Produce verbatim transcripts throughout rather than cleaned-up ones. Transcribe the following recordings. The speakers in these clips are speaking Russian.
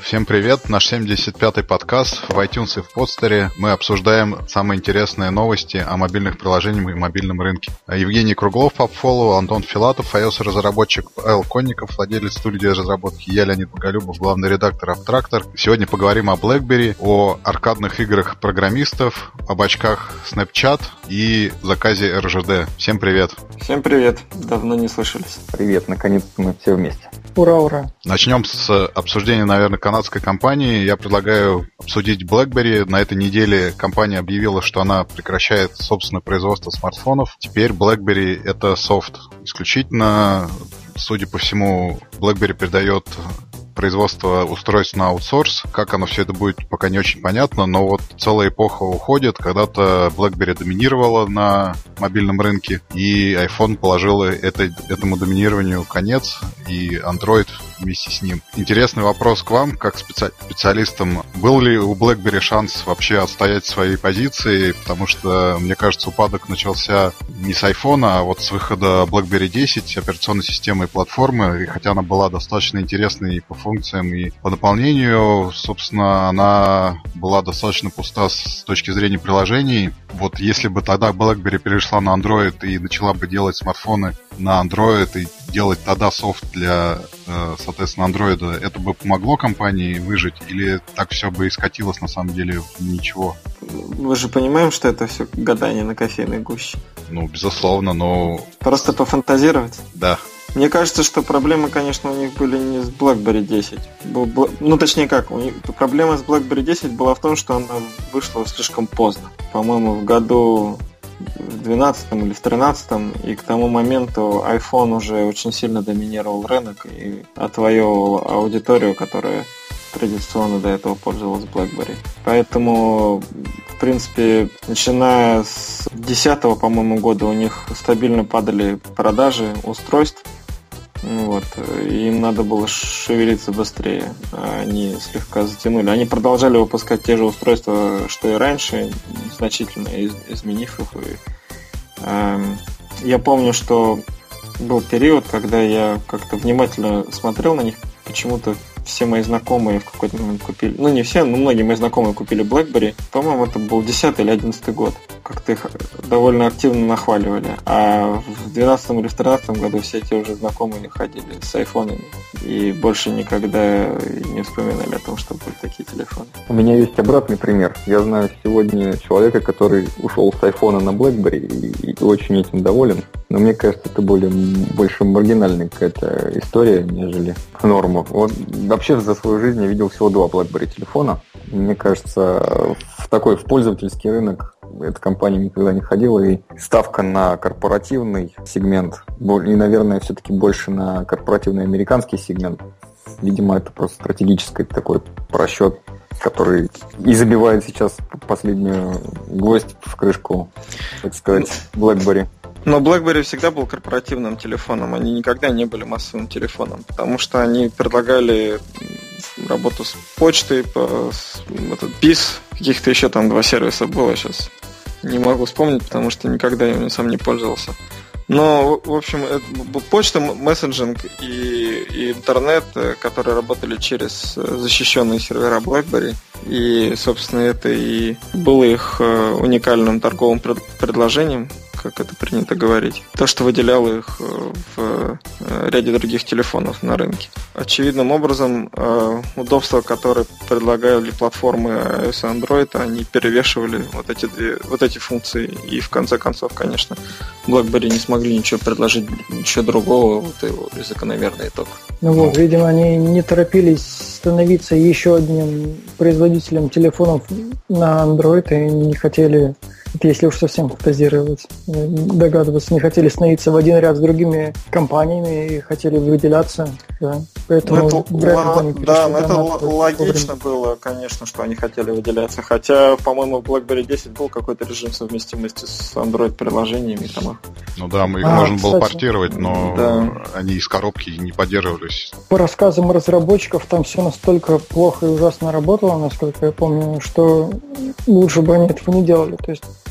Всем привет, наш семьдесят пятый подкаст в iTunes и в подстере. Мы обсуждаем самые интересные новости о мобильных приложениях и мобильном рынке. Евгений Круглов, PubFollow, Антон Филатов, iOS-разработчик, Павел Конников, владелец студии разработки, я, Леонид Боголюбов, главный редактор Abstractor. Сегодня поговорим о BlackBerry, о аркадных играх программистов, об очках Snapchat и заказе эр жэ дэ. Всем привет. Всем привет, давно не слышались. Привет, наконец-то мы все вместе. Ура, ура. Начнем с обсуждения, наверное, канадской компании. Я предлагаю обсудить BlackBerry. На этой неделе компания объявила, что она прекращает собственное производство смартфонов. Теперь BlackBerry — это софт. Исключительно, судя по всему, BlackBerry передает производство устройств на аутсорс. Как оно все это будет, пока не очень понятно, но вот целая эпоха уходит. Когда-то BlackBerry доминировала на мобильном рынке, и iPhone положил это, этому доминированию конец, и Android вместе с ним. Интересный вопрос к вам, как специ... специалистам. Был ли у BlackBerry шанс вообще отстоять свои позиции? Потому что, мне кажется, упадок начался не с iPhone, а вот с выхода BlackBerry десять, операционной системы и платформы. И хотя она была достаточно интересной по функциям и по наполнению, собственно, она была достаточно пуста с точки зрения приложений. Вот если бы тогда BlackBerry перешла на Android и начала бы делать смартфоны на Android и делать тогда софт для, соответственно, Android, это бы помогло компании выжить? Или так все бы и скатилось на самом деле в ничего? Мы же понимаем, что это все гадание на кофейной гуще. Ну, безусловно, но... Просто пофантазировать? Да. Мне кажется, что проблемы, конечно, у них были не с BlackBerry десять. Ну, точнее как, у них проблема с BlackBerry десять была в том, что она вышла слишком поздно. По-моему, в году в двенадцатом или в тринадцатом, и к тому моменту iPhone уже очень сильно доминировал рынок и отвоевывал аудиторию, которая традиционно до этого пользовалась BlackBerry. Поэтому, в принципе, начиная с десятого, по-моему, года у них стабильно падали продажи устройств. Вот, и им надо было шевелиться быстрее. Они слегка затянули. Они продолжали выпускать те же устройства, что и раньше, значительно изменив их. И, э, я помню, что был период, когда я как-то внимательно смотрел на них. Почему-то все мои знакомые в какой-то момент купили, ну не все, но многие мои знакомые купили BlackBerry. По-моему, это был десятый или одиннадцатый год. Как-то их довольно активно нахваливали. А в двенадцатом или в тринадцатом году все эти уже знакомые ходили с айфонами и больше никогда не вспоминали о том, что были такие телефоны. У меня есть обратный пример. Я знаю сегодня человека, который ушел с айфона на BlackBerry и, и очень этим доволен. Но мне кажется, это более, больше маргинальная какая-то история, нежели норма. Вот, вообще за свою жизнь я видел всего два BlackBerry телефона. Мне кажется, в такой в пользовательский рынок эта компания никогда не ходила, и ставка на корпоративный сегмент, и, наверное, все-таки больше на корпоративный американский сегмент. Видимо, это просто стратегический такой просчет, который и забивает сейчас последнюю гвоздь в крышку, так сказать, BlackBerry. Но BlackBerry всегда был корпоративным телефоном, они никогда не были массовым телефоном, потому что они предлагали работу с почтой, по, с, этот, пис, каких-то еще там два сервиса было, сейчас не могу вспомнить, потому что никогда им сам не пользовался. Но, в общем, это, почта, мессенджинг и, и интернет, которые работали через защищенные сервера BlackBerry, и, собственно, это и было их уникальным торговым предложением, как это принято говорить. То, что выделяло их в ряде других телефонов на рынке. Очевидным образом, удобства, которые предлагали платформы iOS и Android, они перевешивали вот эти две, вот эти функции. И в конце концов, конечно, BlackBerry не смогли ничего предложить, ничего другого. Вот и его закономерный итог. Ну вот, видимо, они не торопились становиться еще одним производителем телефонов на Android и не хотели, если уж совсем фантазировать, догадываться, не хотели становиться в один ряд с другими компаниями и хотели выделяться. Да. Поэтому это, л- да, но это л- логично было, конечно, что они хотели выделяться. Хотя, по-моему, в BlackBerry десять был какой-то режим совместимости с Android-приложениями. Там. Ну да, мы их а, можно кстати, было портировать, но да. они из коробки не поддерживались. По рассказам разработчиков, там все настолько плохо и ужасно работало, насколько я помню, что лучше бы они этого не делали. То есть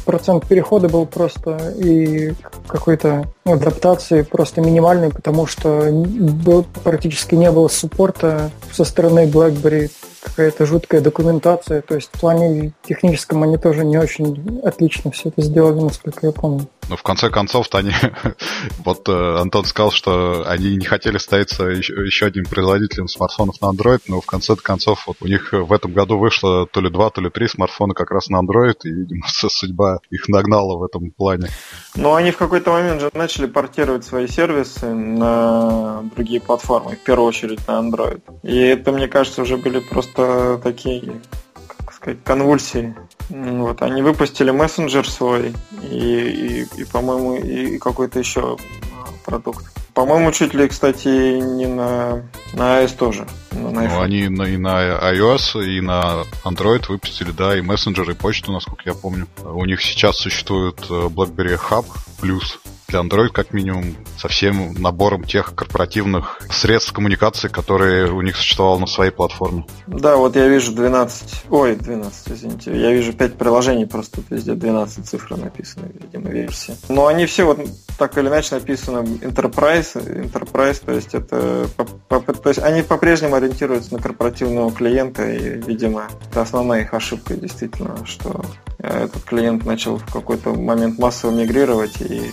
процент перехода был просто и какой-то адаптации просто минимальный, потому что был, практически не было суппорта со стороны BlackBerry, какая-то жуткая документация, то есть в плане техническом они тоже не очень отлично все это сделали, насколько я помню. Но в конце концов-то они... вот э, Антон сказал, что они не хотели становиться еще, еще одним производителем смартфонов на Android, но в конце концов вот у них в этом году вышло то ли два, то ли три смартфона как раз на Android, и, видимо, судьба их нагнала в этом плане. Но они в какой-то момент же начали портировать свои сервисы на другие платформы, в первую очередь на Android. И это, мне кажется, уже были просто такие, как сказать, конвульсии. Вот, они выпустили мессенджер свой и, и, и по-моему, и какой-то еще продукт. По-моему, чуть ли, кстати, не на, на iOS тоже. На ну, они на, и на iOS, и на Android выпустили, да, и мессенджер, и почту, насколько я помню. У них сейчас существует BlackBerry Hub Plus для Android, как минимум, со всем набором тех корпоративных средств коммуникации, которые у них существовало на своей платформе. Да, вот я вижу двенадцать, ой, двенадцать, извините, я вижу пять приложений, просто везде двенадцать цифр написаны, видимо, версии. Но они все вот так или иначе написаны Enterprise, Enterprise, то есть это, по, по, то есть они по-прежнему ориентируются на корпоративного клиента, и, видимо, это основная их ошибка, действительно, что этот клиент начал в какой-то момент массово мигрировать и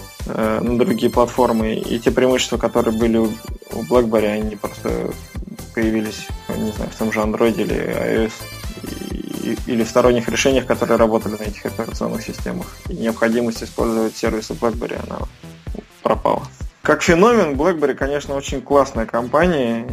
на другие платформы, и те преимущества, которые были у BlackBerry, они просто появились, не знаю, в том же Android или iOS, и, или в сторонних решениях, которые работали на этих операционных системах. И необходимость использовать сервисы BlackBerry, она пропала. Как феномен, BlackBerry, конечно, очень классная компания,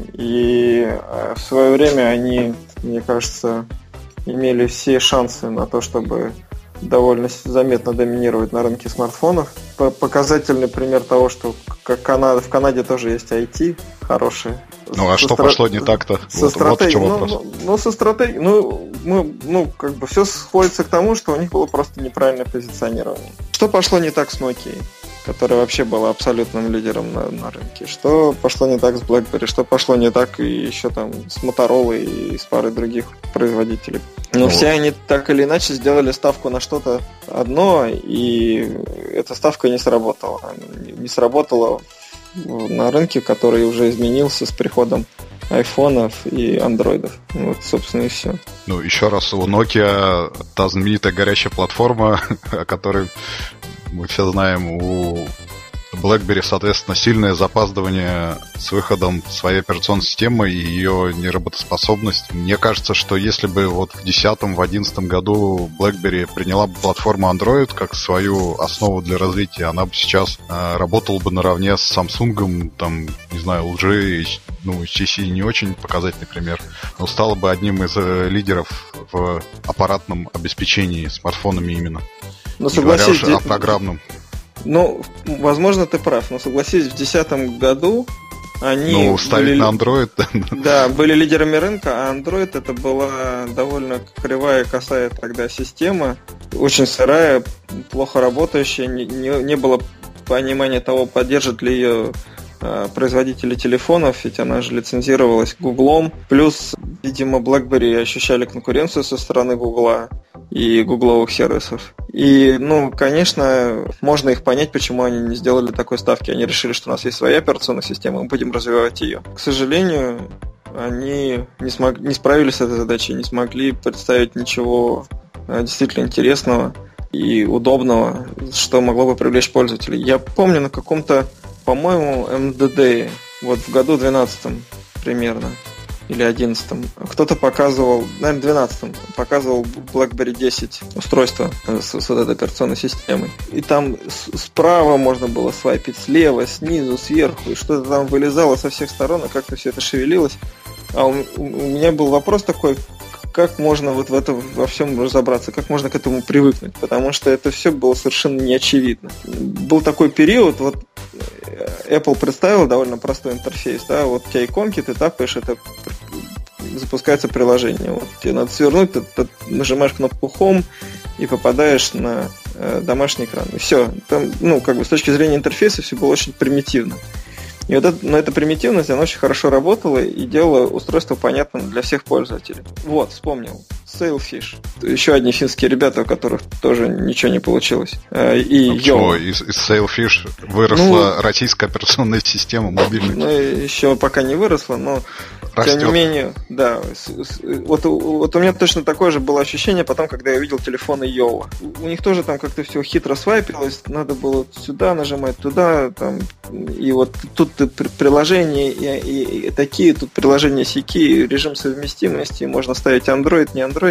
и в свое время они, мне кажется, имели все шансы на то, чтобы довольно заметно доминировать на рынке смартфонов. Показательный пример того, что как Канада, в Канаде тоже есть ай ти хорошие. Ну а что стра... пошло не так-то? Со вот, стратег... вот в чем ну, вопрос. Ну, ну, со стратегией, ну, мы, ну, как бы все сходится к тому, что у них было просто неправильное позиционирование. Что пошло не так с Nokia, которая вообще была абсолютным лидером на, на рынке? Что пошло не так с BlackBerry? Что пошло не так и еще там с Motorola и с парой других производителей? Но ну, все они так или иначе сделали ставку на что-то одно, и эта ставка не сработала. Не сработала на рынке, который уже изменился с приходом айфонов и андроидов. Вот, собственно, и все. Ну, еще раз, у Nokia та знаменитая горячая платформа, о которой мы все знаем, у BlackBerry, соответственно, сильное запаздывание с выходом своей операционной системы и ее неработоспособность. Мне кажется, что если бы вот в две тысячи десятом - две тысячи одиннадцатом году BlackBerry приняла бы платформу Android как свою основу для развития, она бы сейчас э, работала бы наравне с Samsung, там, не знаю, эл джи, ну, си си не очень показательный пример, но стала бы одним из э, лидеров в аппаратном обеспечении смартфонами именно. Но не говоря уже о программном. Ну, возможно, ты прав, но согласись, в две тысячи десятом году они... Ну, ставить были, на Android. Да, были лидерами рынка, а Android это была довольно кривая, косая тогда система, очень сырая, плохо работающая, не, не, не было понимания того, поддержат ли ее э, производители телефонов, ведь она же лицензировалась Гуглом, плюс, видимо, BlackBerry ощущали конкуренцию со стороны Гугла и гугловых сервисов. И, ну, конечно, можно их понять, почему они не сделали такой ставки. Они решили, что у нас есть своя операционная система, мы будем развивать ее. К сожалению, они не, смог... не справились с этой задачей, не смогли представить ничего действительно интересного и удобного, что могло бы привлечь пользователей. Я помню на каком-то, по-моему, эм дэ дэ, вот в году двенадцатом примерно, или одиннадцатом, кто-то показывал, наверное, двенадцатом, показывал BlackBerry десять устройство с, с вот этой операционной системой. И там с, справа можно было свайпить, слева, снизу, сверху, и что-то там вылезало со всех сторон, и как-то все это шевелилось. А у, у меня был вопрос такой, как можно вот в этом во всем разобраться, как можно к этому привыкнуть, потому что это все было совершенно неочевидно. Был такой период, вот Apple представила довольно простой интерфейс, да, вот у тебя иконки, ты тапаешь, это запускается приложение. Вот тебе надо свернуть, ты, ты нажимаешь кнопку Home и попадаешь на э, домашний экран. И все. Там, ну, как бы с точки зрения интерфейса все было очень примитивно. И вот это, но эта примитивность, она очень хорошо работала и делала устройство понятным для всех пользователей. Вот, вспомнил. Sailfish. Еще одни финские ребята, у которых тоже ничего не получилось. И ну, почему? Из, из Sailfish выросла ну, российская операционная система мобильная. Ну, еще пока не выросла, но растет. Тем не менее, да. Вот, вот у меня точно такое же было ощущение потом, когда я увидел телефоны Йола. У них тоже там как-то все хитро свайпилось, надо было сюда нажимать, туда, там, и вот тут приложения и, и, и такие, тут приложения сяки, режим совместимости, можно ставить Android, не Android.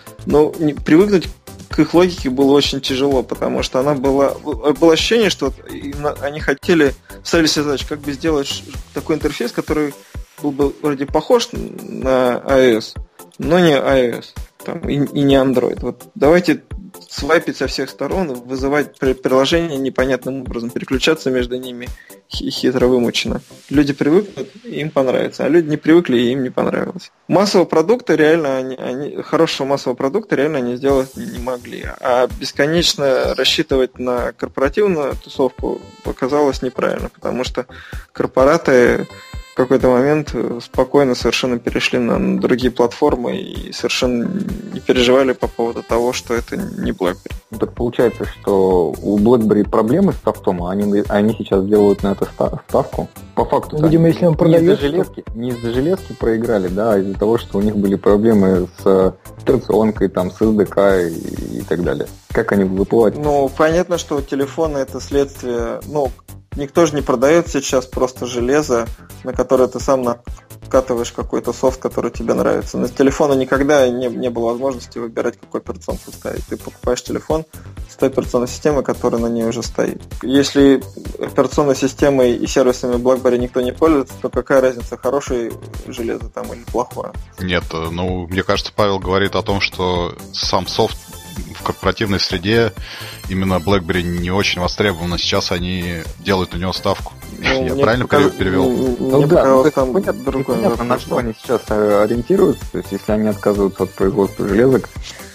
Но привыкнуть к их логике было очень тяжело, потому что она была... Было ощущение, что они хотели, ставили себе задачу, как бы сделать такой интерфейс, который был бы вроде похож на iOS, но не iOS там, и, и не Android. Вот давайте свайпить со всех сторон, вызывать приложения непонятным образом, переключаться между ними хитро вымучено. Люди привыкнут, им понравится, а люди не привыкли, и им не понравилось. Массового продукта реально они, они, хорошего массового продукта реально они сделать не могли. А бесконечно рассчитывать на корпоративную тусовку показалось неправильно, потому что корпораты в какой-то момент спокойно совершенно перешли на другие платформы и совершенно не переживали по поводу того, что это не BlackBerry. Ну, так получается, что у BlackBerry проблемы с софтом, а они, они сейчас делают на это ставку. По факту, видимо, если он продает, не из-за железки, не из-за железки проиграли, да, а из-за того, что у них были проблемы с операционкой, там, с эс ди кей и, и так далее. Как они выплывать? Ну, понятно, что телефоны это следствие, ну, никто же не продает сейчас просто железо, на которое ты сам накатываешь какой-то софт, который тебе нравится. На телефоне никогда не, не было возможности выбирать, какой операционку ставить. Ты покупаешь телефон с той операционной системой, которая на ней уже стоит. Если операционной системой и сервисами BlackBerry никто не пользуется, то какая разница, хорошее железо там или плохое? Нет, ну, мне кажется, Павел говорит о том, что сам софт в корпоративной среде именно BlackBerry не очень востребовано. Сейчас они делают на него ставку. Ну, Я правильно показ... перевел? Ну да, ну, там понятно, другой непонятно, на что они сейчас ориентируются. То есть, если они отказываются от производства железок,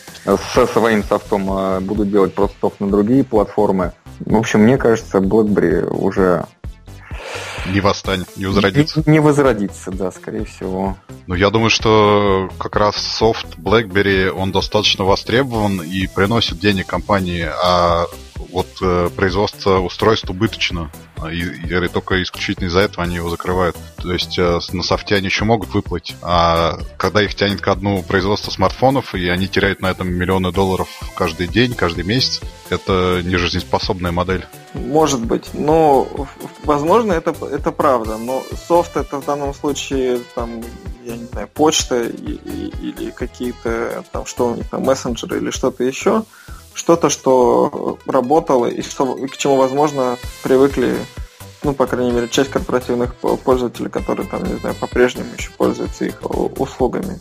со своим софтом будут делать просто софт на другие платформы. В общем, мне кажется, BlackBerry уже... Не восстанет, не возродится. Не, не возродится, да, скорее всего. Ну, я думаю, что как раз софт BlackBerry, он достаточно востребован и приносит денег компании, а вот э, производство устройств убыточно. И, и только исключительно из-за этого они его закрывают. То есть э, на софте они еще могут выплыть, а когда их тянет ко дну производство смартфонов, и они теряют на этом миллионы долларов каждый день, каждый месяц, это не жизнеспособная модель. Может быть, но возможно это, это правда, но софт это в данном случае там, я не знаю, почта и, и, или какие-то там, что у них там, мессенджеры или что-то еще, что-то, что работало и, что, и к чему, возможно, привыкли, ну, по крайней мере, часть корпоративных пользователей, которые там, не знаю, по-прежнему еще пользуются их услугами.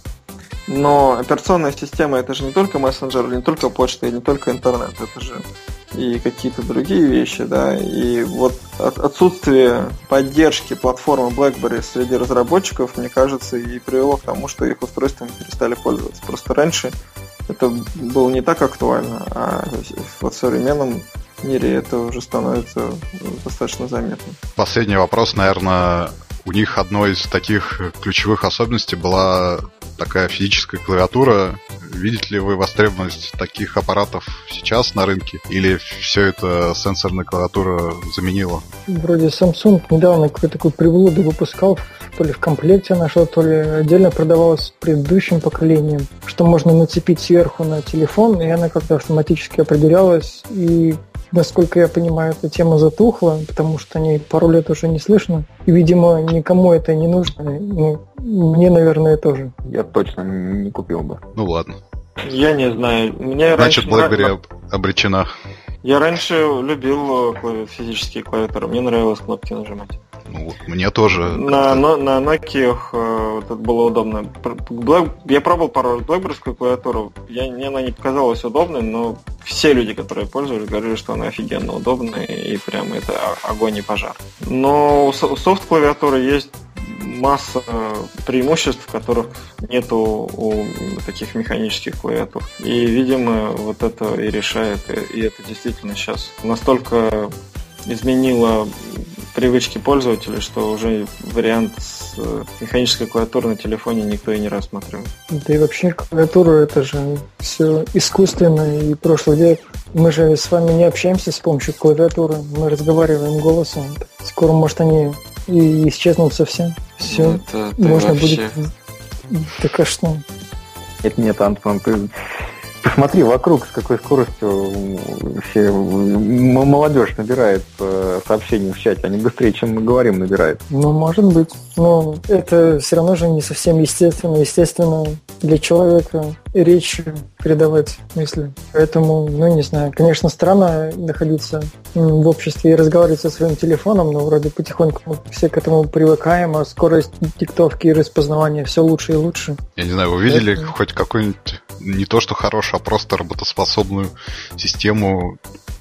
Но операционная система это же не только мессенджер, не только почта, и не только интернет, это же и какие-то другие вещи, да, и вот отсутствие поддержки платформы BlackBerry среди разработчиков, мне кажется, и привело к тому, что их устройствами перестали пользоваться. Просто раньше это было не так актуально, а в современном мире это уже становится достаточно заметно. Последний вопрос, наверное, у них одной из таких ключевых особенностей была такая физическая клавиатура. Видите ли вы востребованность таких аппаратов сейчас на рынке? Или все это сенсорная клавиатура заменила? Вроде Samsung недавно какой-то такой приблуду выпускал, то ли в комплекте нашел, то ли отдельно продавалось с предыдущим поколением, что можно нацепить сверху на телефон, и она как-то автоматически определялась. И, насколько я понимаю, эта тема затухла, потому что о ней пару лет уже не слышно. И, видимо, никому это не нужно. Ну, мне, наверное, тоже. Я точно не купил бы. Ну ладно. Я не знаю. Мне Значит, раньше... BlackBerry обречена. Я раньше любил физические клавиатуры. Мне нравилось кнопки нажимать. Ну, мне тоже. На, на, на Nokia вот это было удобно. Black, я пробовал пару раз BlackBerry-скую клавиатуру. Я, мне она не показалась удобной, но все люди, которые пользовались, говорили, что она офигенно удобная и прям это огонь и пожар. Но у софт-клавиатуры есть масса преимуществ, которых нету у таких механических клавиатур. И, видимо, вот это и решает. И это действительно сейчас настолько изменило привычки пользователя, что уже вариант с механической клавиатурой на телефоне никто и не рассматривает. Да и вообще клавиатура это же все искусственно и прошлый век. Мы же с вами не общаемся с помощью клавиатуры, мы разговариваем голосом. Скоро, может, они и исчезнут совсем. Все, это можно вообще... будет... Так а что? Нет, нет, Антон, ты посмотри вокруг, с какой скоростью вообще молодежь набирает сообщения в чате. Они быстрее, чем мы говорим, набирает. Ну, может быть. Но это все равно же не совсем естественно. Естественно, для человека речь передавать мысли. Поэтому, ну, не знаю. Конечно, странно находиться в обществе и разговаривать со своим телефоном, но вроде потихоньку все к этому привыкаем, а скорость диктовки и распознавания все лучше и лучше. Я не знаю, вы видели Это... хоть какой-нибудь, не то что хороший, а просто работоспособную систему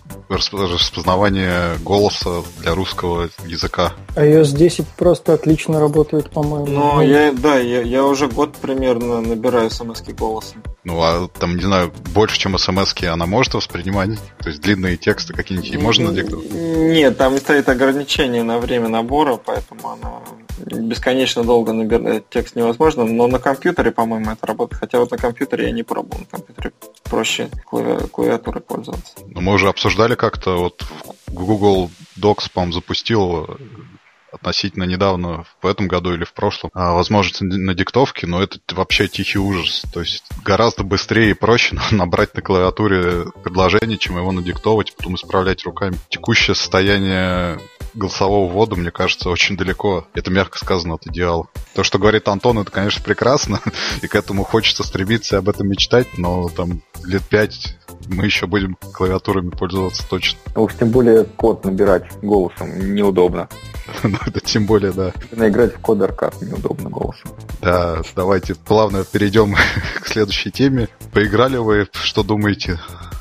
распознавания голоса для русского языка? ай о эс десять просто отлично работает, по-моему. Ну, я, да, я, я уже год примерно набираю смс-ки голосом. Ну, а там, не знаю, больше, чем смс-ки она может воспринимать? То есть длинные тексты какие-нибудь ей можно надиктовать? Нет, там стоит ограничение на время набора, поэтому она бесконечно долго набирать текст невозможно, но на компьютере, по-моему, это работает. Хотя вот на компьютере я не пробовал, на компьютере проще клави- клавиатурой пользоваться. Ну, мы уже обсуждали как-то, вот Google Docs, по-моему, запустил относительно недавно, в этом году или в прошлом, возможность на диктовке, но это вообще тихий ужас. То есть гораздо быстрее и проще набрать на клавиатуре предложение, чем его надиктовать, потом исправлять руками. Текущее состояние голосового ввода, мне кажется, очень далеко. Это мягко сказано от идеала. То, что говорит Антон, это, конечно, прекрасно, и к этому хочется стремиться и об этом мечтать, но там лет пять мы еще будем клавиатурами пользоваться точно. А уж тем более код набирать голосом неудобно. Ну, это тем более, да. Наиграть в код аркад неудобно голосом. Да, давайте плавно перейдем к следующей теме. Поиграли вы, что думаете?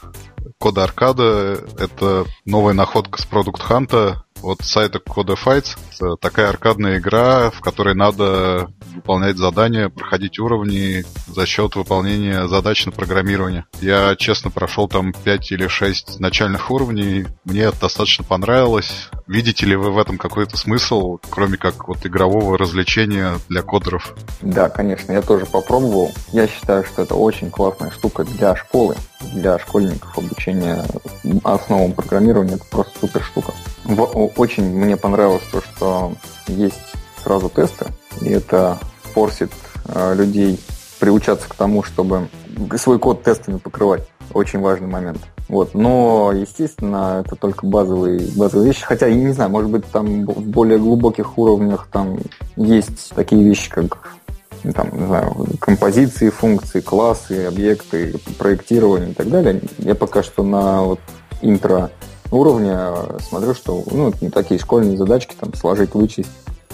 Кода Аркада — это новая находка с Product Hunt от сайта Codefights. Это такая аркадная игра, в которой надо выполнять задания, проходить уровни за счет выполнения задач на программирование. Я, честно, прошел там пять или шесть начальных уровней. Мне это достаточно понравилось. Видите ли вы в этом какой-то смысл, кроме как вот игрового развлечения для кодеров? Да, конечно, я тоже попробовал. Я считаю, что это очень классная штука для школы, для школьников. Обучение основам программирования — это просто супер штука. Очень мне понравилось то, что есть сразу тесты, и это форсит э, людей приучаться к тому, чтобы свой код тестами покрывать. Очень важный момент. Вот. Но, естественно, это только базовые, базовые вещи. Хотя, я не знаю, может быть, там в более глубоких уровнях там есть такие вещи, как там, не знаю, композиции, функции, классы, объекты, проектирование и так далее. Я пока что на вот интро уровня смотрю, что ну, такие школьные задачки, там, сложить, вычесть,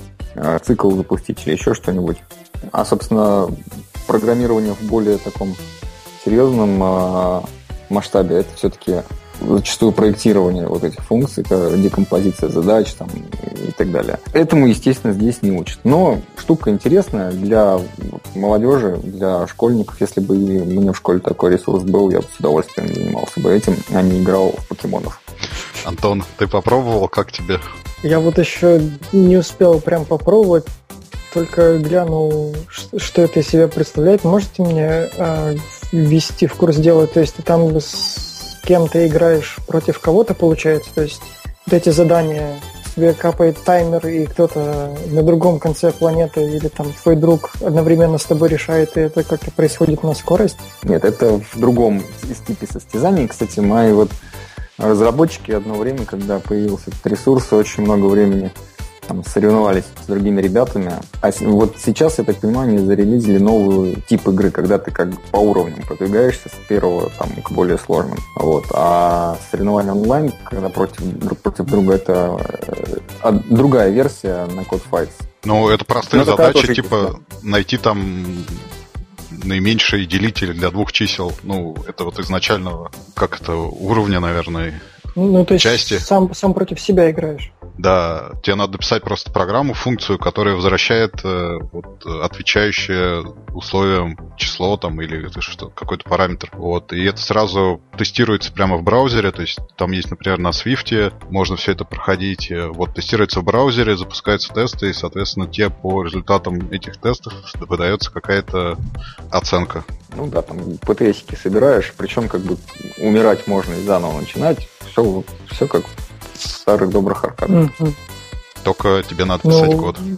цикл запустить или еще что-нибудь. А, собственно, программирование в более таком серьезном масштабе — это все-таки зачастую проектирование вот этих функций, декомпозиция задач там, и так далее. Этому, естественно, здесь не учат. Но штука интересная для молодежи, для школьников. Если бы у меня в школе такой ресурс был, я бы с удовольствием занимался бы этим, а не играл в покемонов. Антон, ты попробовал? Как тебе? Я вот еще не успел прям попробовать, только глянул, что это из себя представляет. Можете мне э, ввести в курс дела? То есть ты там с кем-то играешь против кого-то, получается? То есть вот эти задания, тебе капает таймер, и кто-то на другом конце планеты или там твой друг одновременно с тобой решает, и это как-то происходит на скорость? Нет, это в другом из типе состязаний. Кстати, мои вот разработчики одно время, когда появился этот ресурс, очень много времени там соревновались с другими ребятами. А вот сейчас, я так понимаю, они зарелизили новый тип игры, когда ты как бы по уровням продвигаешься с первого там, к более сложным. Вот. А соревнования онлайн, когда против, друг против друга, это а, другая версия на Codefights. Ну, это простые Но задачи, типа найти там наименьший делитель для двух чисел. Ну, это вот изначального, как это, уровня, наверное, ну, то есть части. Сам, сам против себя играешь. Да, тебе надо писать просто программу, функцию, которая возвращает э, вот, отвечающее условиям число там или что, какой-то параметр. Вот, и это сразу тестируется прямо в браузере, то есть там есть, например, на Swift можно все это проходить. Вот, тестируется в браузере, запускаются тесты, и, соответственно, те по результатам этих тестов выдается какая-то оценка. Ну да, там пи ти эсики собираешь, причем как бы умирать можно и заново начинать. Все, все как в старых добрых аркадах. Mm-hmm. Только тебе надо писать ну, код.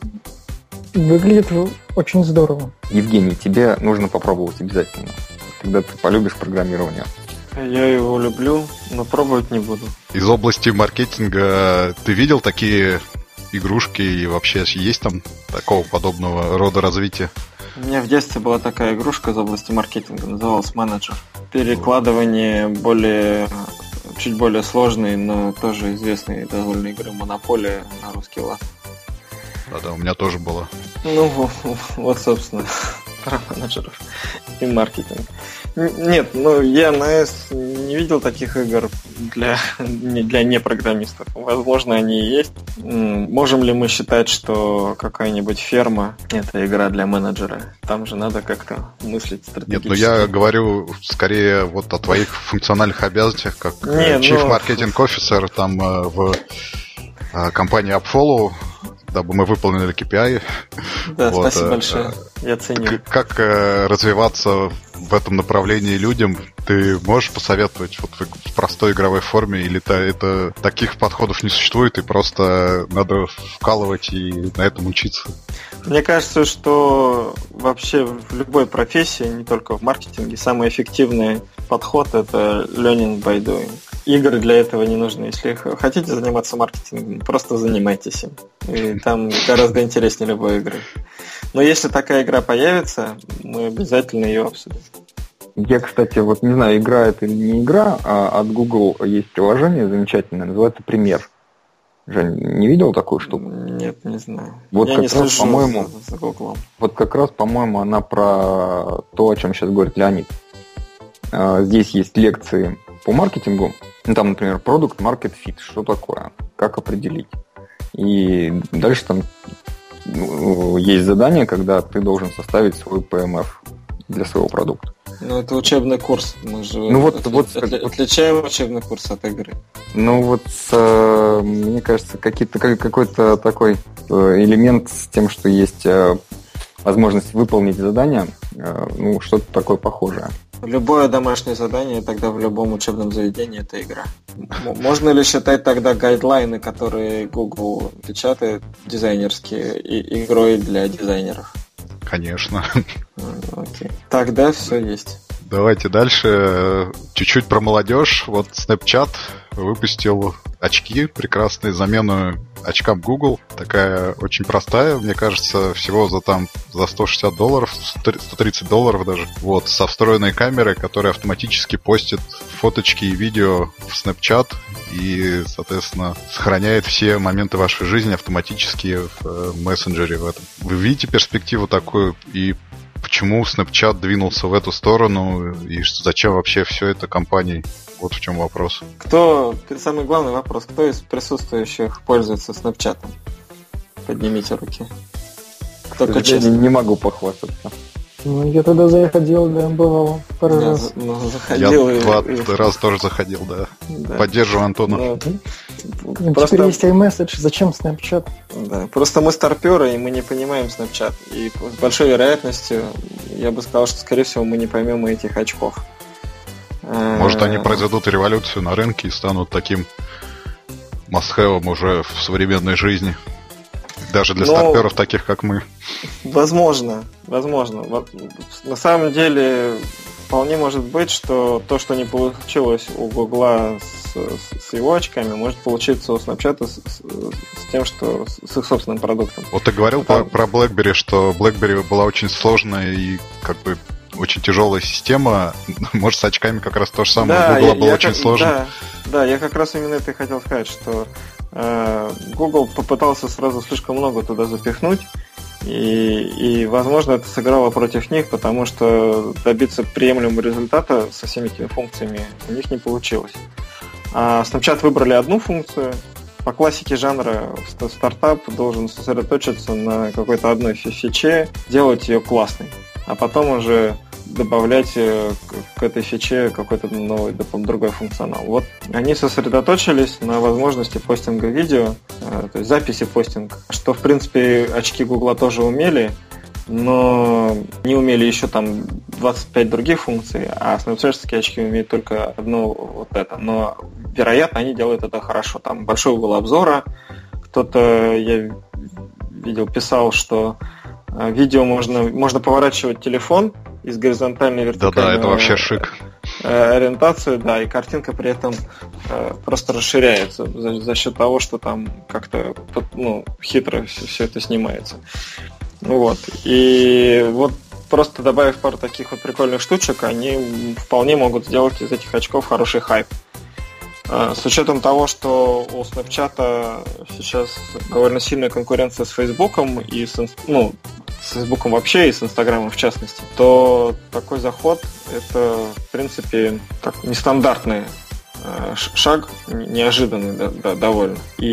Выглядит очень здорово. Евгений, тебе нужно попробовать обязательно. Тогда ты полюбишь программирование. Я его люблю, но пробовать не буду. Из области маркетинга ты видел такие игрушки и вообще есть там такого подобного рода развития? У меня в детстве была такая игрушка из области маркетинга, называлась «Менеджер». Перекладывание более, чуть более сложной, но тоже известной довольно игры «Монополия» на русский лад. Да-да, у меня тоже было. Ну, вот, собственно, про менеджеров и маркетинг. Нет, ну я на эс не видел таких игр для, для непрограммистов. Возможно, они и есть. Можем ли мы считать, что какая-нибудь ферма – это игра для менеджера? Там же надо как-то мыслить стратегически. Нет, ну я говорю скорее вот о твоих функциональных обязанностях, как Нет, Chief ну... Marketing Officer там в компании AppFollow, дабы мы выполнили кей пи ай. Да, вот, спасибо большое. Я ценю. Как, как развиваться в этом направлении людям? Ты можешь посоветовать вот в простой игровой форме, или это, это таких подходов не существует, и просто надо вкалывать и на этом учиться? Мне кажется, что вообще в любой профессии, не только в маркетинге, самый эффективный подход – это learning by doing. Игры для этого не нужны. Если хотите заниматься маркетингом, просто занимайтесь им. И там гораздо интереснее любой игры. Но если такая игра появится, мы обязательно ее обсудим. Я, кстати, вот не знаю, игра это или не игра, а от Google есть приложение замечательное, называется «Пример». Жень, не видел такую штуку? Нет, не знаю. Вот Я как не раз, слежу по-моему, за, за Google. Вот как раз, по-моему, она про то, о чем сейчас говорит Леонид. Здесь есть лекции по маркетингу. Ну, там, например, Product Market Fit. Что такое? Как определить? И дальше там ну, есть задание, когда ты должен составить свой пи эм эф для своего продукта. Ну, это учебный курс. Мы же ну, вот, отли... вот, отли... отличаем учебный курс от игры. Ну, вот, э, мне кажется, какие-то, какой-то такой элемент с тем, что есть э, возможность выполнить задание, э, ну, что-то такое похожее. Любое домашнее задание тогда в любом учебном заведении – это игра. Можно ли считать тогда гайдлайны, которые Google печатает, дизайнерские, и игрой для дизайнеров? Конечно. Окей. Тогда все есть. Давайте дальше. Чуть-чуть про молодежь. Вот Snapchat выпустил очки прекрасные, замену очкам Google. Такая очень простая, мне кажется, всего за там за сто шестьдесят долларов, сто тридцать долларов даже. Вот, со встроенной камерой, которая автоматически постит фоточки и видео в Snapchat и, соответственно, сохраняет все моменты вашей жизни автоматически в мессенджере в этом. Вы видите перспективу такую, и почему Snapchat двинулся в эту сторону, и зачем вообще все это компании? Вот в чем вопрос. Кто, самый главный вопрос, кто из присутствующих пользуется Snapchat? Поднимите руки. Только честно. Не могу похвастаться. Ну, я тогда заходил, да, бывало пару я раз. Ну, заходил. Я и, два и... раз тоже заходил, да. да. Поддерживаю Антона. Да. Ну, просто... Теперь есть iMessage, зачем Snapchat? Да, просто мы старперы, и мы не понимаем Snapchat. И с большой вероятностью, я бы сказал, что, скорее всего, мы не поймем и этих очков. Может, они произведут революцию на рынке и станут таким must-have уже в современной жизни. Даже для Но... старперов, таких как мы. Возможно, возможно. На самом деле, вполне может быть, что то, что не получилось у Гугла с, с, с его очками, может получиться у Snapchat с, с, с тем, что с, с их собственным продуктом. Вот ты говорил Потому... про, про BlackBerry, что BlackBerry была очень сложная и как бы очень тяжелая система. Может, с очками как раз то же самое. Да, Google я, было я очень как, сложно. Да, да, я как раз именно это и хотел сказать, что э, Google попытался сразу слишком много туда запихнуть, и, и, возможно, это сыграло против них, потому что добиться приемлемого результата со всеми этими функциями у них не получилось. А Snapchat выбрали одну функцию, по классике жанра стартап должен сосредоточиться на какой-то одной фиче, делать ее классной, а потом уже добавлять к этой фиче какой-то новый, другой функционал. Вот они сосредоточились на возможности постинга видео, то есть записи постинга, что, в принципе, очки Гугла тоже умели, но не умели еще там двадцать пять других функций, а снапчатские очки умеют только одно вот это. Но, вероятно, они делают это хорошо. Там большой угол обзора. Кто-то, я видел, писал, что видео можно, можно поворачивать телефон из горизонтальной вертикальной. Да-да, это вообще шик. Ориентацию, да, и картинка при этом э, просто расширяется за, за счет того, что там как-то ну, хитро все, все это снимается. Вот. И вот просто добавив пару таких вот прикольных штучек, они вполне могут сделать из этих очков хороший хайп. С учетом того, что у Snapchat сейчас довольно сильная конкуренция с Фейсбуком и с, ну, с Фейсбуком вообще и с Инстаграмом в частности, то такой заход это, в принципе, так, нестандартный шаг, неожиданный да, да, довольно.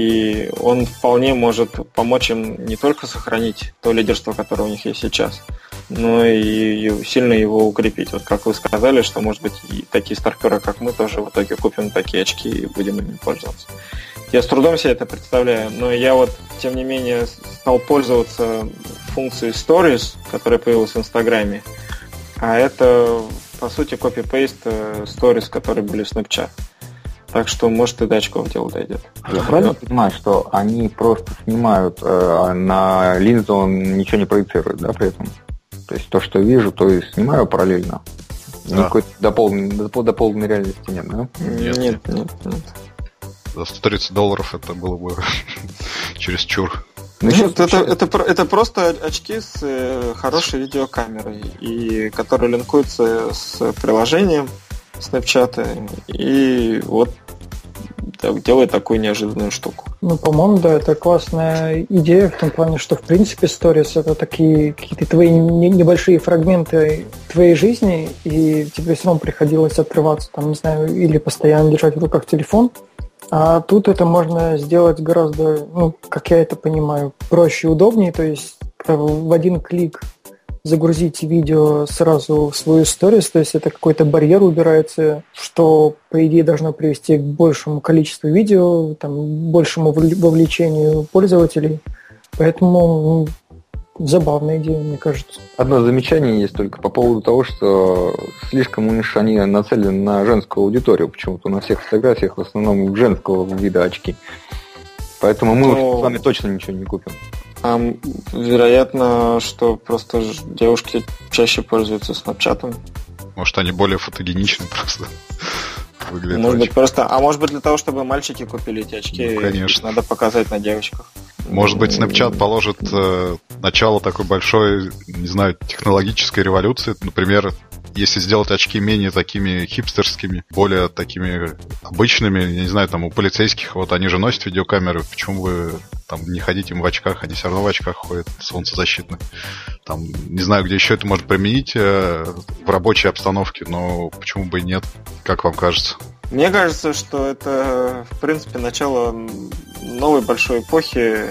И он вполне может помочь им не только сохранить то лидерство, которое у них есть сейчас, но и сильно его укрепить. Вот как вы сказали, что, может быть, и такие старперы, как мы, тоже в итоге купим такие очки и будем ими пользоваться. Я с трудом себе это представляю, но я вот, тем не менее, стал пользоваться функцией Stories, которая появилась в Инстаграме, а это, по сути, копи-пейст Stories, которые были в Snapchat. Так что, может, и до очков дело дойдет. Я правильно понимаю, что они просто снимают, а на линзу он ничего не проецирует, да, при этом? То есть то, что вижу, то и снимаю параллельно. Да. Никакой дополненной, дополненной реальности нет, да? Нет, нет, нет. нет. За сто тридцать долларов это было бы чересчур. Ну, это, это, это, это просто очки с э, хорошей видеокамерой, и, которые линкуются с приложением Snapchat, и вот так, делает такую неожиданную штуку. Ну, по-моему, да, это классная идея в том плане, что, в принципе, Stories — это такие какие-то твои небольшие фрагменты твоей жизни, и тебе все равно приходилось отрываться, там, не знаю, или постоянно держать в руках телефон. А тут это можно сделать гораздо, ну, как я это понимаю, проще и удобнее, то есть в один клик загрузить видео сразу в свою сторис, то есть это какой-то барьер убирается, что, по идее, должно привести к большему количеству видео, там, большему вовлечению пользователей. Поэтому ну, забавная идея, мне кажется. Одно замечание есть только по поводу того, что слишком уж они нацелены на женскую аудиторию. Почему-то на всех фотографиях в основном женского вида очки. Поэтому мы Но... с вами точно ничего не купим. А, вероятно, что просто девушки чаще пользуются Snapchat. Может, они более фотогеничны просто. Выглядят может быть, просто. А может быть, для того, чтобы мальчики купили эти очки, ну, конечно. Надо показать на девочках. Может быть, Snapchat положит э, начало такой большой, не знаю, технологической революции. Например, если сделать очки менее такими хипстерскими, более такими обычными, я не знаю, там у полицейских, вот они же носят видеокамеры, почему вы там не ходите им в очках, они все равно в очках ходят, солнцезащитных. Там, не знаю, где еще это можно применить э, в рабочей обстановке, но почему бы и нет, как вам кажется? Мне кажется, что это, в принципе, начало новой большой эпохи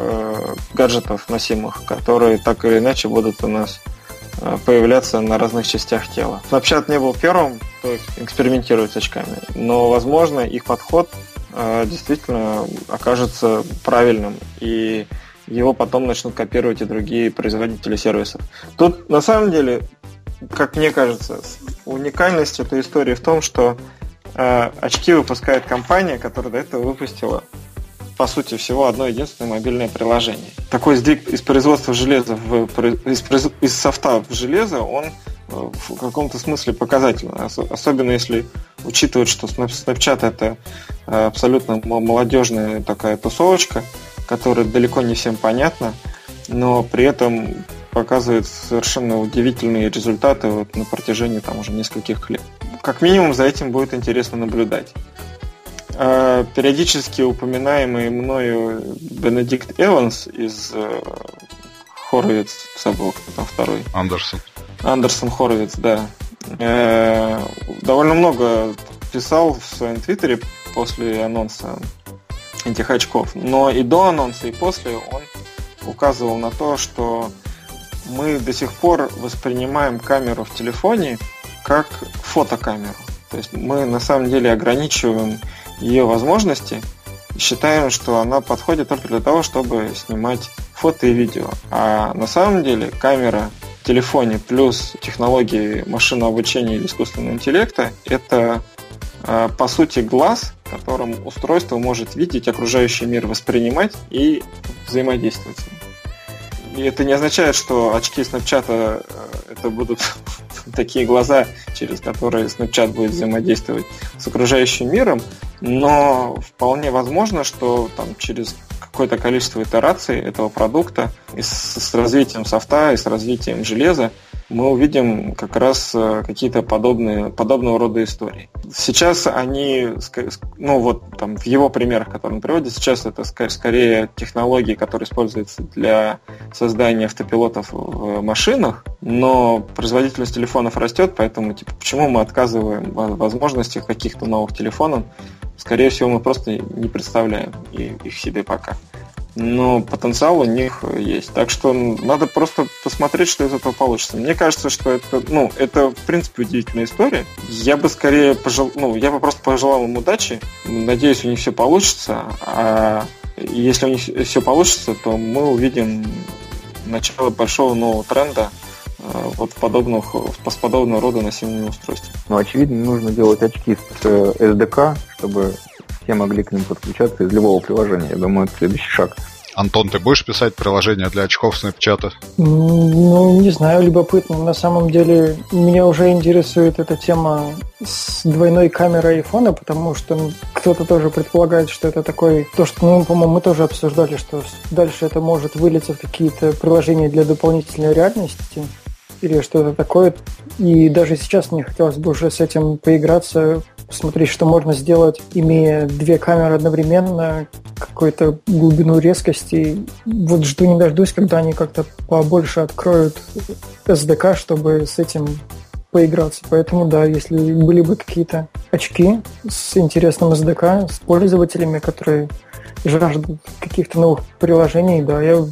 э, гаджетов носимых, которые так или иначе будут у нас появляться на разных частях тела. Snapchat не был первым, кто экспериментирует с очками, но, возможно, их подход э, действительно окажется правильным, и его потом начнут копировать и другие производители сервисов. Тут, на самом деле, как мне кажется, уникальность этой истории в том, что э, очки выпускает компания, которая до этого выпустила по сути всего одно единственное мобильное приложение. Такой сдвиг из производства железа в, из, из софта в железо, он в каком-то смысле показательный. Особенно если учитывать, что Snapchat это абсолютно молодежная такая тусовочка, которая далеко не всем понятна, но при этом показывает совершенно удивительные результаты вот на протяжении там уже нескольких лет. Как минимум за этим будет интересно наблюдать. Периодически упоминаемый мною Бенедикт Эванс из Хоровиц, забыл, кто там второй. Андерсон. Андерсон Хоровиц, да. Довольно много писал в своем твиттере после анонса этих очков. Но и до анонса, и после он указывал на то, что мы до сих пор воспринимаем камеру в телефоне как фотокамеру. То есть мы на самом деле ограничиваем ее возможности и считаем, что она подходит только для того, чтобы снимать фото и видео. А на самом деле камера в телефоне плюс технологии машинного обучения или искусственного интеллекта – это по сути глаз, которым устройство может видеть окружающий мир, воспринимать и взаимодействовать с ним. И это не означает, что очки Snapchat это будут такие глаза, через которые Snapchat будет взаимодействовать с окружающим миром, но вполне возможно, что там через какое-то количество итераций этого продукта и с, с развитием софта и с развитием железа мы увидим как раз какие-то подобные, подобного рода истории. Сейчас они, ну вот там в его примерах, которые он приводит, сейчас это скорее технологии, которые используются для создания автопилотов в машинах, но производительность телефонов растет, поэтому типа, почему мы отказываем в возможностях каких-то новых телефонов? Скорее всего, мы просто не представляем их себе пока. Но потенциал у них есть. Так что надо просто посмотреть, что из этого получится. Мне кажется, что это, ну, это в принципе удивительная история. Я бы скорее пожел, ну, я бы просто пожелал им удачи. Надеюсь, у них все получится. А если у них все получится, то мы увидим начало большого нового тренда вот в подобных, с подобного рода носимыми устройствами. Ну, очевидно, нужно делать очки с эс ди кей, чтобы все могли к ним подключаться из любого приложения. Я думаю, это следующий шаг. Антон, ты будешь писать приложение для очков Snapchat? Ну, не знаю, любопытно. На самом деле, меня уже интересует эта тема с двойной камерой айфона, потому что кто-то тоже предполагает, что это такой... То, что, ну, по-моему, мы тоже обсуждали, что дальше это может вылиться в какие-то приложения для дополнительной реальности или что-то такое. И даже сейчас мне хотелось бы уже с этим поиграться, посмотреть, что можно сделать, имея две камеры одновременно, какую-то глубину резкости. Вот жду не дождусь, когда они как-то побольше откроют эс ди кей, чтобы с этим поиграться. Поэтому да, если были бы какие-то очки с интересным эс ди кей, с пользователями, которые жаждут каких-то новых приложений, да, я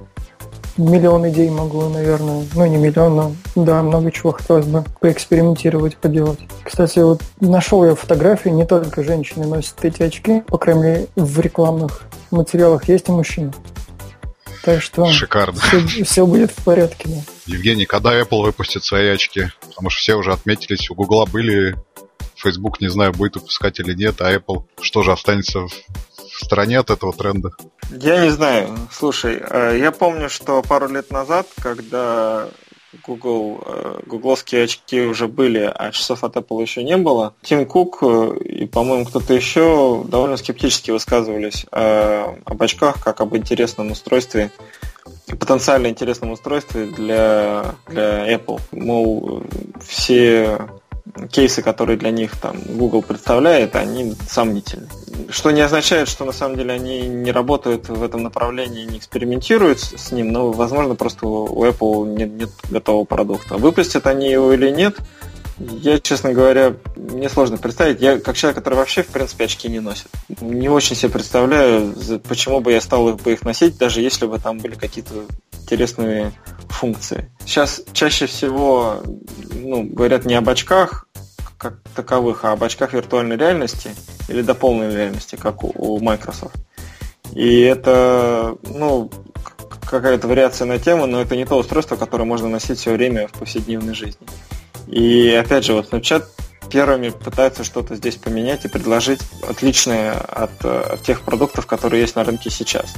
миллион идей могу, наверное, ну не миллион, но да, много чего хотелось бы поэкспериментировать, поделать. Кстати, вот нашел я фотографии, не только женщины носят эти очки, по крайней мере, в рекламных материалах есть и мужчины. Так что шикарно. Все, все будет в порядке, да. Евгений, когда Apple выпустит свои очки? Потому что все уже отметились, у Гугла были, Facebook, не знаю, будет выпускать или нет, а Apple что же, останется в в стороне от этого тренда? Я не знаю. Слушай, я помню, что пару лет назад, когда Google, гугловские очки уже были, а часов от Apple еще не было, Тим Кук и, по-моему, кто-то еще довольно скептически высказывались об очках как об интересном устройстве, потенциально интересном устройстве для, для Apple. Мол, все кейсы, которые для них там Google представляет, они сомнительны. Что не означает, что на самом деле они не работают в этом направлении, не экспериментируют с ним, но, возможно, просто у Apple нет, нет готового продукта. Выпустят они его или нет, я, честно говоря, мне сложно представить. Я, как человек, который вообще, в принципе, очки не носит, не очень себе представляю, почему бы я стал их, бы их носить, даже если бы там были какие-то интересные функции. Сейчас чаще всего ну, говорят не об очках как таковых, а об очках виртуальной реальности или дополненной реальности, как у, у Microsoft. И это, ну, какая-то вариация на тему, но это не то устройство, которое можно носить все время в повседневной жизни. И опять же, вот Snapchat первыми пытаются что-то здесь поменять и предложить отличное от, от тех продуктов, которые есть на рынке сейчас.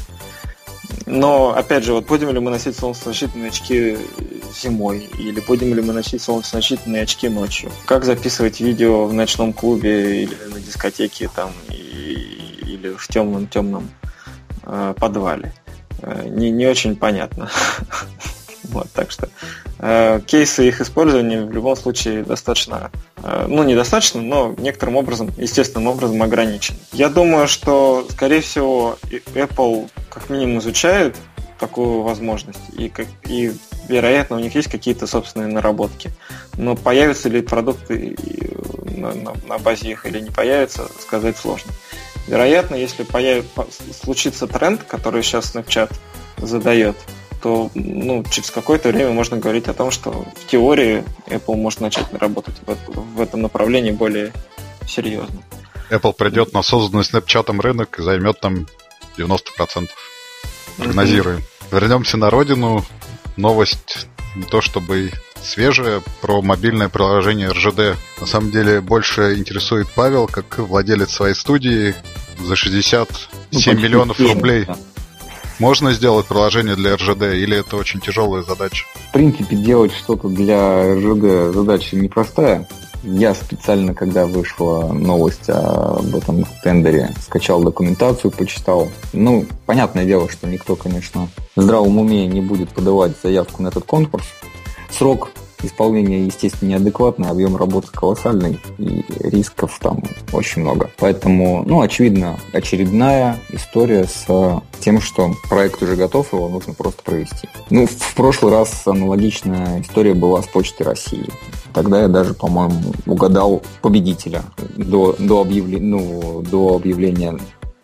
Но, опять же, вот будем ли мы носить солнцезащитные очки зимой, или будем ли мы носить солнцезащитные очки ночью? Как записывать видео в ночном клубе или на дискотеке там, и, или в темном-темном э, подвале? Э, не, не очень понятно. Вот, так что э, кейсы их использования в любом случае достаточно, э, ну недостаточно, но некоторым образом, естественным образом ограничены. Я думаю, что, скорее всего, Apple как минимум изучает такую возможность, и, как, и вероятно, у них есть какие-то собственные наработки. Но появятся ли продукты на, на, на базе их или не появятся, сказать сложно. Вероятно, если появ... случится тренд, который сейчас Snapchat задает, то ну, через какое-то время можно говорить о том, что в теории Apple может начать работать в, в этом направлении более серьезно. Apple придет на созданный Snapchat рынок и займет там девяносто процентов. Прогнозируем. Mm-hmm. Вернемся на родину. Новость не то чтобы свежая, про мобильное приложение эр жэ дэ. На самом деле больше интересует Павел, как владелец своей студии, за шестьдесят семь ну, миллионов рублей. Да. Можно сделать приложение для эр жэ дэ, или это очень тяжелая задача? В принципе, делать что-то для эр жэ дэ задача непростая. Я специально, когда вышла новость об этом тендере, скачал документацию, почитал. Ну, понятное дело, что никто, конечно, в здравом уме не будет подавать заявку на этот конкурс. Срок исполнения, естественно, неадекватный, объем работы колоссальный, и рисков там очень много. Поэтому, ну, очевидно, очередная история с тем, что проект уже готов, его нужно просто провести. Ну, в прошлый раз аналогичная история была с Почтой России. Тогда я даже, по-моему, угадал победителя до, до, объявления, ну, до объявления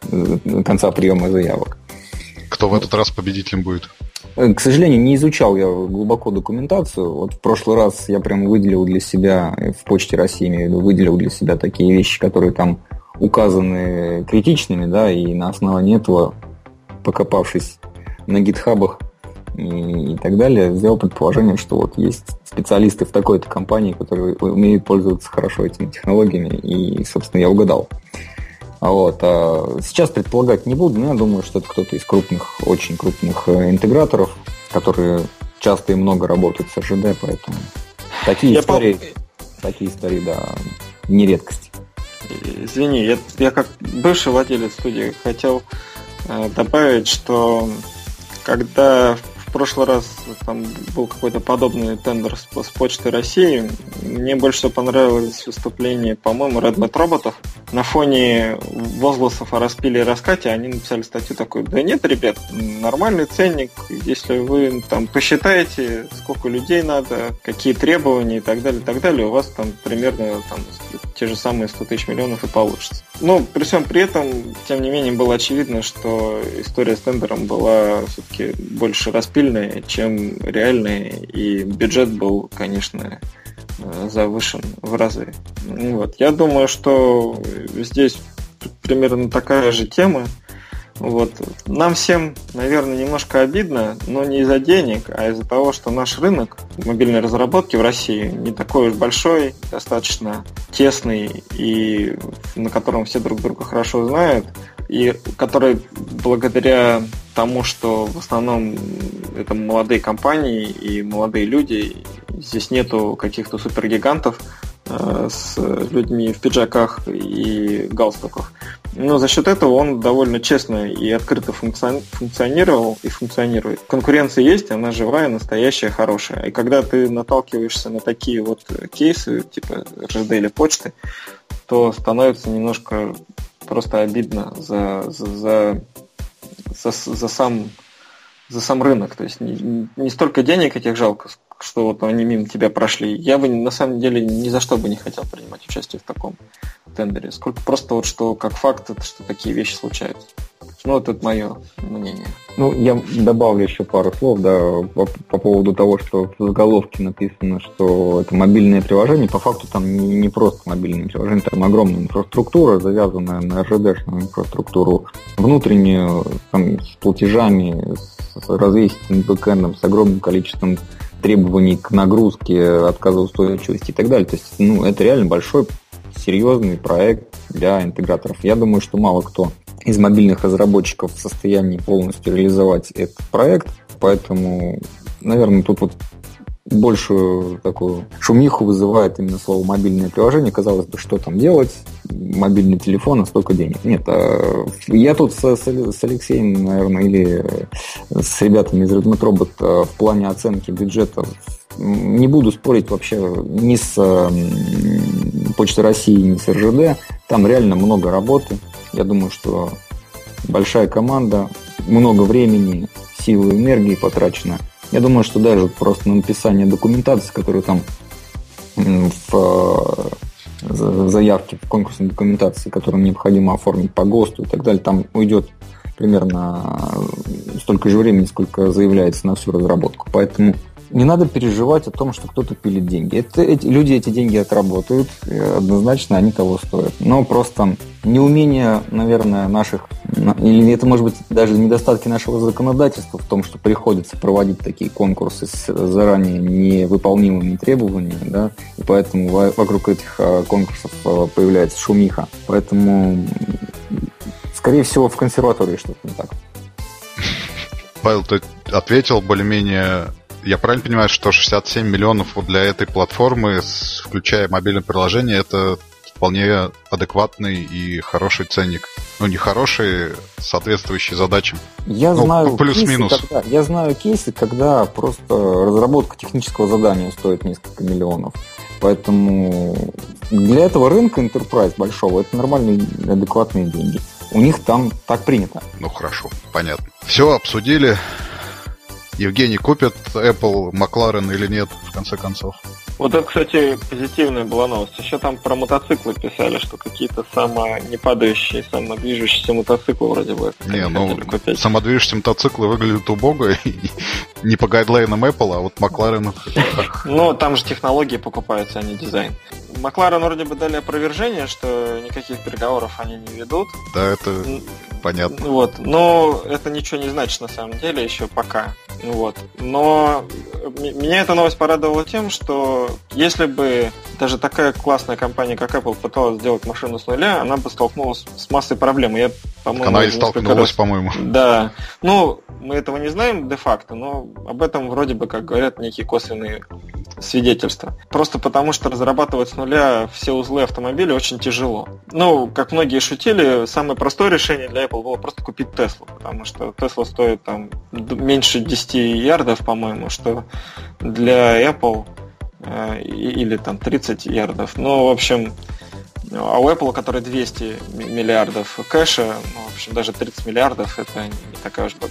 конца приема заявок. Кто в этот раз победителем будет? К сожалению, не изучал я глубоко документацию. Вот в прошлый раз я прям выделил для себя, в Почте России, имею в виду, выделил для себя такие вещи, которые там указаны критичными, да, и на основании этого, покопавшись на гитхабах и, и так далее, сделал предположение, что вот есть специалисты в такой-то компании, которые умеют пользоваться хорошо этими технологиями, и, собственно, я угадал. Вот. А сейчас предполагать не буду, но я думаю, что это кто-то из крупных, очень крупных интеграторов, которые часто и много работают с эр жэ дэ, поэтому такие я истории, пом... такие истории, да, не редкость. Извини, я, я как бывший владелец студии хотел э, добавить, что когда в прошлый раз там был какой-то подобный тендер с, с Почтой России, мне больше всего понравилось выступление, по-моему, Red-Mat роботов. На фоне возгласов о распиле и раскате они написали статью такую: да нет, ребят, нормальный ценник, если вы там посчитаете, сколько людей надо, какие требования и так далее, и так далее, у вас там примерно там, те же самые сто тысяч миллионов и получится. Но при всем при этом, тем не менее, было очевидно, что история с тендером была все-таки больше распильная, чем реальная, и бюджет был, конечно, завышен в разы. Вот. Я думаю, что здесь примерно такая же тема. Вот. Нам всем, наверное, немножко обидно, но не из-за денег, а из-за того, что наш рынок мобильной разработки в России не такой уж большой, достаточно тесный, и на котором все друг друга хорошо знают, и который благодаря тому, что в основном это молодые компании и молодые люди, здесь нету каких-то супергигантов э, с людьми в пиджаках и галстуках. Но за счет этого он довольно честно и открыто функци... функционировал и функционирует. Конкуренция есть, она живая, настоящая, хорошая. И когда ты наталкиваешься на такие вот кейсы, типа эр жэ дэ или почты, то становится немножко просто обидно за, за, за, за, за, сам, за сам рынок. То есть не, не столько денег этих жалко, что вот они мимо тебя прошли. Я бы на самом деле ни за что бы не хотел принимать участие в таком тендере. Сколько просто вот что как факт, это что такие вещи случаются. Ну, вот это мое мнение. Ну, я добавлю еще пару слов, да, по, по поводу того, что в заголовке написано, что это мобильное приложение. По факту там не, не просто мобильное приложение, там огромная инфраструктура, завязанная на эр жэ дэ-шную инфраструктуру внутреннюю, там, с платежами, с развесистым бэкэндом, с огромным количеством требований к нагрузке, отказоустойчивости и так далее. То есть, ну, это реально большой, серьезный проект для интеграторов. Я думаю, что мало кто из мобильных разработчиков в состоянии полностью реализовать этот проект, поэтому, наверное, тут вот большую такую шумиху вызывает именно слово «мобильное приложение». Казалось бы, что там делать? Мобильный телефон, а столько денег. Нет, я тут с, с Алексеем, наверное, или с ребятами из Red-Mat Robot в плане оценки бюджета не буду спорить вообще ни с Почтой России, ни с эр жэ дэ. Там реально много работы. Я думаю, что большая команда, много времени, силы, энергии потрачено. Я думаю, что даже просто на написание документации, которую там в заявки в конкурсной документации, которую необходимо оформить по ГОСТу и так далее, там уйдет примерно столько же времени, сколько заявляется на всю разработку. Поэтому не надо переживать о том, что кто-то пилит деньги. Это, эти, люди эти деньги отработают, однозначно они того стоят. Но просто неумение, наверное, наших, или это может быть даже недостатки нашего законодательства в том, что приходится проводить такие конкурсы с заранее невыполнимыми требованиями, да, и поэтому вокруг этих конкурсов появляется шумиха. Поэтому, скорее всего, в консерватории что-то не так. Павел, ты ответил более-менее. Я правильно понимаю, что шестьдесят семь миллионов вот для этой платформы, включая мобильное приложение, это вполне адекватный и хороший ценник. Ну, не хороший, соответствующий задачам. Я ну, знаю плюс-минус. Кейсы, когда, я знаю кейсы, когда просто разработка технического задания стоит несколько миллионов. Поэтому для этого рынка Enterprise большого это нормальные, адекватные деньги. У них там так принято. Ну, хорошо, понятно. Все, обсудили. Евгений, купит Apple McLaren или нет, в конце концов? Вот это, кстати, позитивная была новость. Еще там про мотоциклы писали, что какие-то самонепадающие, самодвижущиеся мотоциклы вроде бы. Не, ну, самодвижущиеся мотоциклы выглядят убого, не по гайдлайнам Apple, а вот McLaren... Ну, там же технологии покупаются, а не дизайн. McLaren вроде бы дали опровержение, что никаких переговоров они не ведут. Да, это понятно. Вот, но это ничего не значит на самом деле еще пока. Вот. Но меня эта новость порадовала тем, что если бы даже такая классная компания, как Apple, пыталась сделать машину с нуля, она бы столкнулась с массой проблем. Я, по-моему, она и столкнулась, раз... по-моему. Да. Ну, мы этого не знаем де-факто, но об этом вроде бы, как говорят, некие косвенные свидетельства. Просто потому, что разрабатывать с нуля все узлы автомобиля очень тяжело. Ну, как многие шутили, самое простое решение для Apple было просто купить Теслу, потому что Тесла стоит там меньше десять ярдов, по-моему, что для Apple э, или там тридцать ярдов. Ну, в общем, а у Apple, который двести миллиардов кэша, ну, в общем, даже тридцать миллиардов, это не такая уж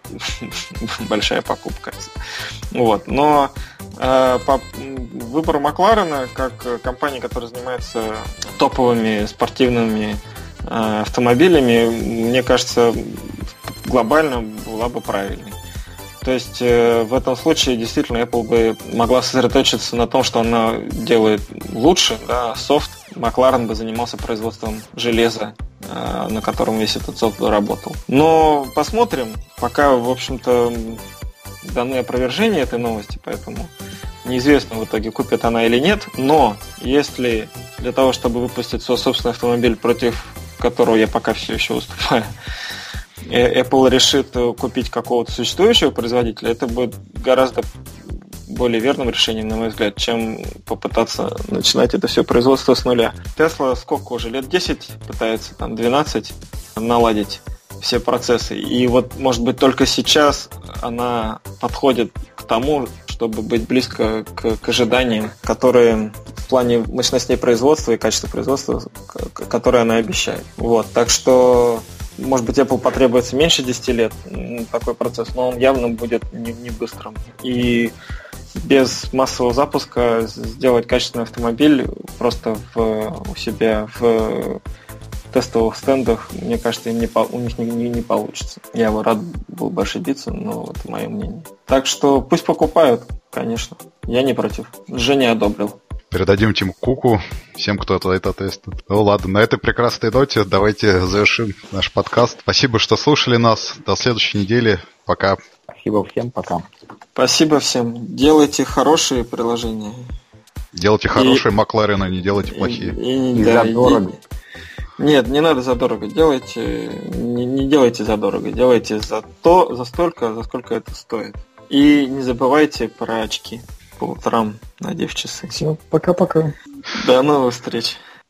большая покупка. Вот. Но э, по выбору Макларена, как компании, которая занимается топовыми спортивными э, автомобилями, мне кажется, глобально была бы правильной. То есть э, в этом случае действительно Apple бы могла сосредоточиться на том, что она делает лучше, да, софт. Макларен бы занимался производством железа, э, на котором весь этот софт бы работал. Но посмотрим. Пока, в общем-то, даны опровержения этой новости, поэтому неизвестно в итоге, купит она или нет. Но если для того, чтобы выпустить свой собственный автомобиль, против которого я пока все еще выступаю, Apple решит купить какого-то существующего производителя, это будет гораздо более верным решением, на мой взгляд, чем попытаться начинать это все производство с нуля. Tesla сколько уже? Лет десять пытается, там двенадцать наладить все процессы. И вот, может быть, только сейчас она подходит к тому, чтобы быть близко к, к ожиданиям, которые в плане мощностей производства и качества производства, которые она обещает. Вот. Так что, может быть, Apple потребуется меньше десяти лет такой процесс, но он явно будет не, не быстрым. И без массового запуска сделать качественный автомобиль просто в, у себя в тестовых стендах, мне кажется, им не, у них не, не, не получится. Я бы рад был бы ошибиться, но это мое мнение. Так что пусть покупают, конечно. Я не против. Женя одобрил. Передадим Тиму Куку, всем, кто это тестит. Ну ладно, на этой прекрасной ноте давайте завершим наш подкаст. Спасибо, что слушали нас. До следующей недели. Пока. Спасибо всем, пока. Спасибо всем. Делайте хорошие приложения. Делайте хорошие Макларены, не делайте плохие. И, и, и да, задорого. И, нет, не надо задорого. Делайте, не, не делайте задорого. Делайте за то, за столько, за сколько это стоит. И не забывайте про очки по утрам, надев часы. Все, пока-пока. До новых встреч.